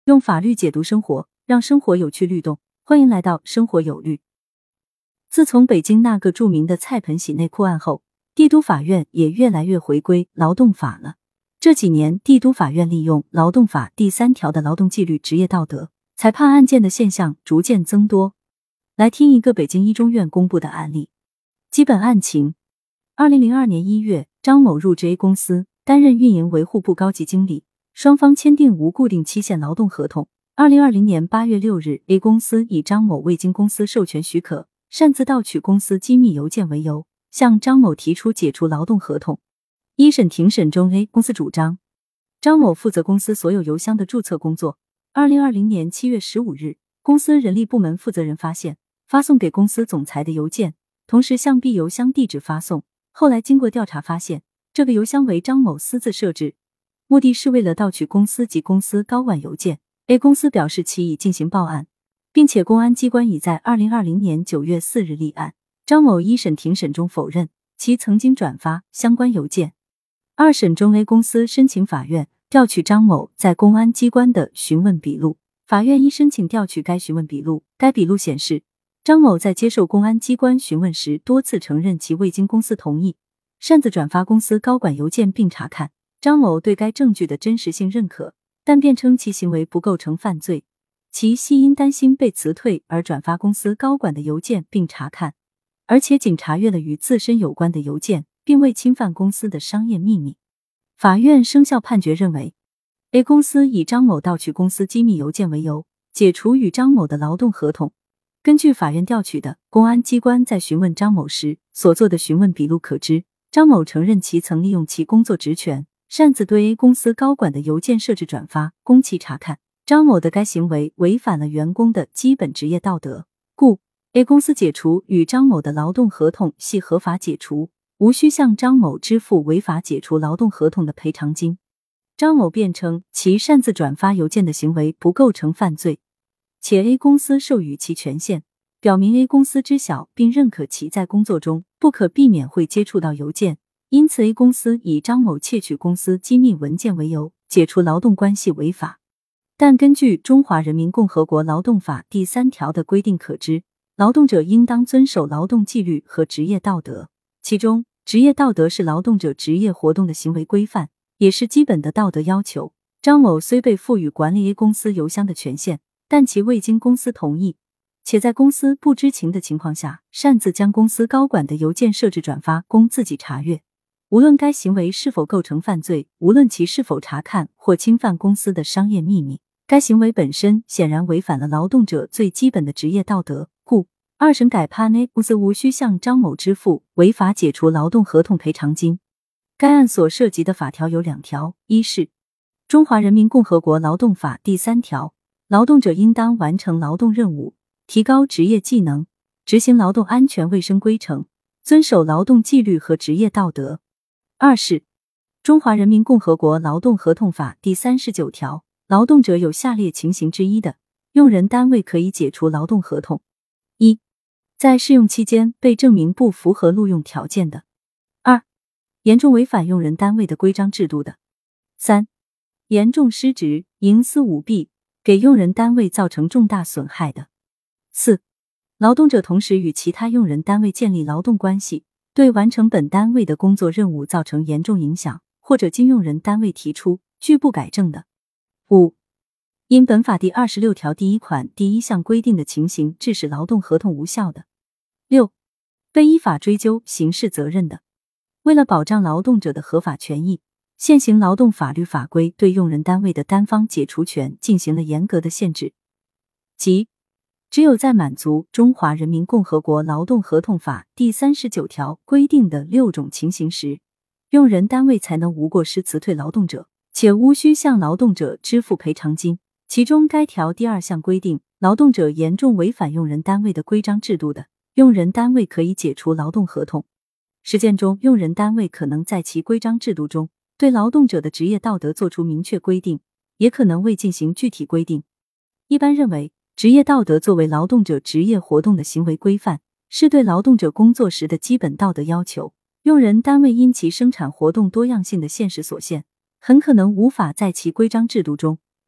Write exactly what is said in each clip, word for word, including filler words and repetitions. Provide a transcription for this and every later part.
用法律解读生活，让生活有趣律动。欢迎来到生活有律。自从北京那个著名的菜盆洗内裤案后，帝都法院也越来越回归劳动法了。这几年，帝都法院利用劳动法第三条的劳动纪律、职业道德裁判案件的现象逐渐增多。来听一个北京一中院公布的案例。基本案情：二零零二年一月，张某入职 A 公司，担任运营维护部高级经理，双方签订无固定期限劳动合同。二零二零年八月六日 ，A 公司以张某未经公司授权许可，擅自盗取公司机密邮件为由，向张某提出解除劳动合同。一审庭审中 ，A 公司主张，张某负责公司所有邮箱的注册工作。二零二零年七月十五日，公司人力部门负责人发现，发送给公司总裁的邮件，同时向 B 邮箱地址发送。后来经过调查发现，这个邮箱为张某私自设置，目的是为了盗取公司及公司高管邮件。A 公司表示其已进行报案，并且公安机关已在二零二零年九月四日立案。张某一审庭审中否认其曾经转发相关邮件。二审中 ，A 公司申请法院调取张某在公安机关的询问笔录。法院一申请调取该询问笔录，该笔录显示，张某在接受公安机关询问时多次承认其未经公司同意，擅自转发公司高管邮件并查看。张某对该证据的真实性认可，但辩称其行为不构成犯罪，其系因担心被辞退而转发公司高管的邮件并查看，而且仅查阅了与自身有关的邮件，并未侵犯公司的商业秘密。法院生效判决认为， A 公司以张某盗取公司机密邮件为由，解除与张某的劳动合同。根据法院调取的公安机关在询问张某时所做的询问笔录可知，张某承认其曾利用其工作职权，擅自对 A 公司高管的邮件设置转发，供其查看。张某的该行为违反了员工的基本职业道德，故 A 公司解除与张某的劳动合同系合法解除，无需向张某支付违法解除劳动合同的赔偿金。张某辩称其擅自转发邮件的行为不构成犯罪，且 A 公司授予其权限，表明 A 公司知晓并认可其在工作中不可避免会接触到邮件，因此 A 公司以张某窃取公司机密文件为由，解除劳动关系违法。但根据《中华人民共和国劳动法》第三条的规定可知，劳动者应当遵守劳动纪律和职业道德，其中职业道德是劳动者职业活动的行为规范，也是基本的道德要求。张某虽被赋予管理 A 公司邮箱的权限，但其未经公司同意，且在公司不知情的情况下，擅自将公司高管的邮件设置转发供自己查阅。无论该行为是否构成犯罪，无论其是否查看或侵犯公司的商业秘密，该行为本身显然违反了劳动者最基本的职业道德，故二审改判 A 公司无需向张某支付违法解除劳动合同赔偿金。该案所涉及的法条有两条，一是《中华人民共和国劳动法》第三条，劳动者应当完成劳动任务，提高职业技能，执行劳动安全卫生规程，遵守劳动纪律和职业道德。二是《中华人民共和国劳动合同法》第三十九条，劳动者有下列情形之一的，用人单位可以解除劳动合同：一、在试用期间被证明不符合录用条件的；二、严重违反用人单位的规章制度的；三、严重失职、营私舞弊，给用人单位造成重大损害的；四、劳动者同时与其他用人单位建立劳动关系，对完成本单位的工作任务造成严重影响，或者经用人单位提出拒不改正的；五、因本法第二十六条第一款第一项规定的情形致使劳动合同无效的；六、被依法追究刑事责任的。为了保障劳动者的合法权益，现行劳动法律法规对用人单位的单方解除权进行了严格的限制，即只有在满足《中华人民共和国劳动合同法》第三十九条规定的六种情形时，用人单位才能无过失辞退劳动者，且无需向劳动者支付赔偿金。其中该条第二项规定，劳动者严重违反用人单位的规章制度的，用人单位可以解除劳动合同。实践中，用人单位可能在其规章制度中对劳动者的职业道德作出明确规定，也可能未进行具体规定。一般认为，职业道德作为劳动者职业活动的行为规范，是对劳动者工作时的基本道德要求。用人单位因其生产活动多样性的现实所限，很可能无法在其规章制度中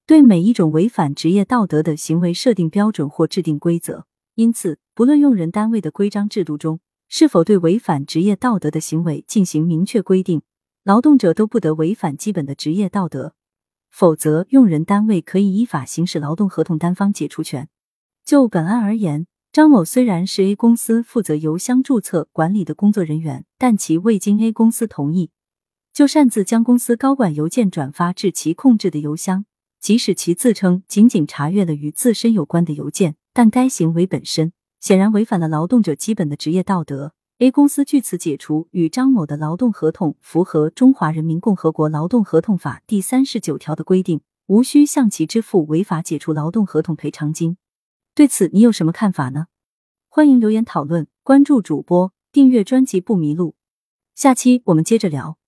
对每一种违反职业道德的行为设定标准或制定规则。因此，不论用人单位的规章制度中是否对违反职业道德的行为进行明确规定，劳动者都不得违反基本的职业道德，否则用人单位可以依法行使劳动合同单方解除权。就本案而言，张某虽然是 A 公司负责邮箱注册管理的工作人员，但其未经 A 公司同意，就擅自将公司高管邮件转发至其控制的邮箱，即使其自称仅仅查阅了与自身有关的邮件，但该行为本身显然违反了劳动者基本的职业道德。A 公司据此解除与张某的劳动合同，符合《中华人民共和国劳动合同法》第三十九条的规定，无需向其支付违法解除劳动合同赔偿金。对此你有什么看法呢？欢迎留言讨论，关注主播，订阅专辑不迷路。下期我们接着聊。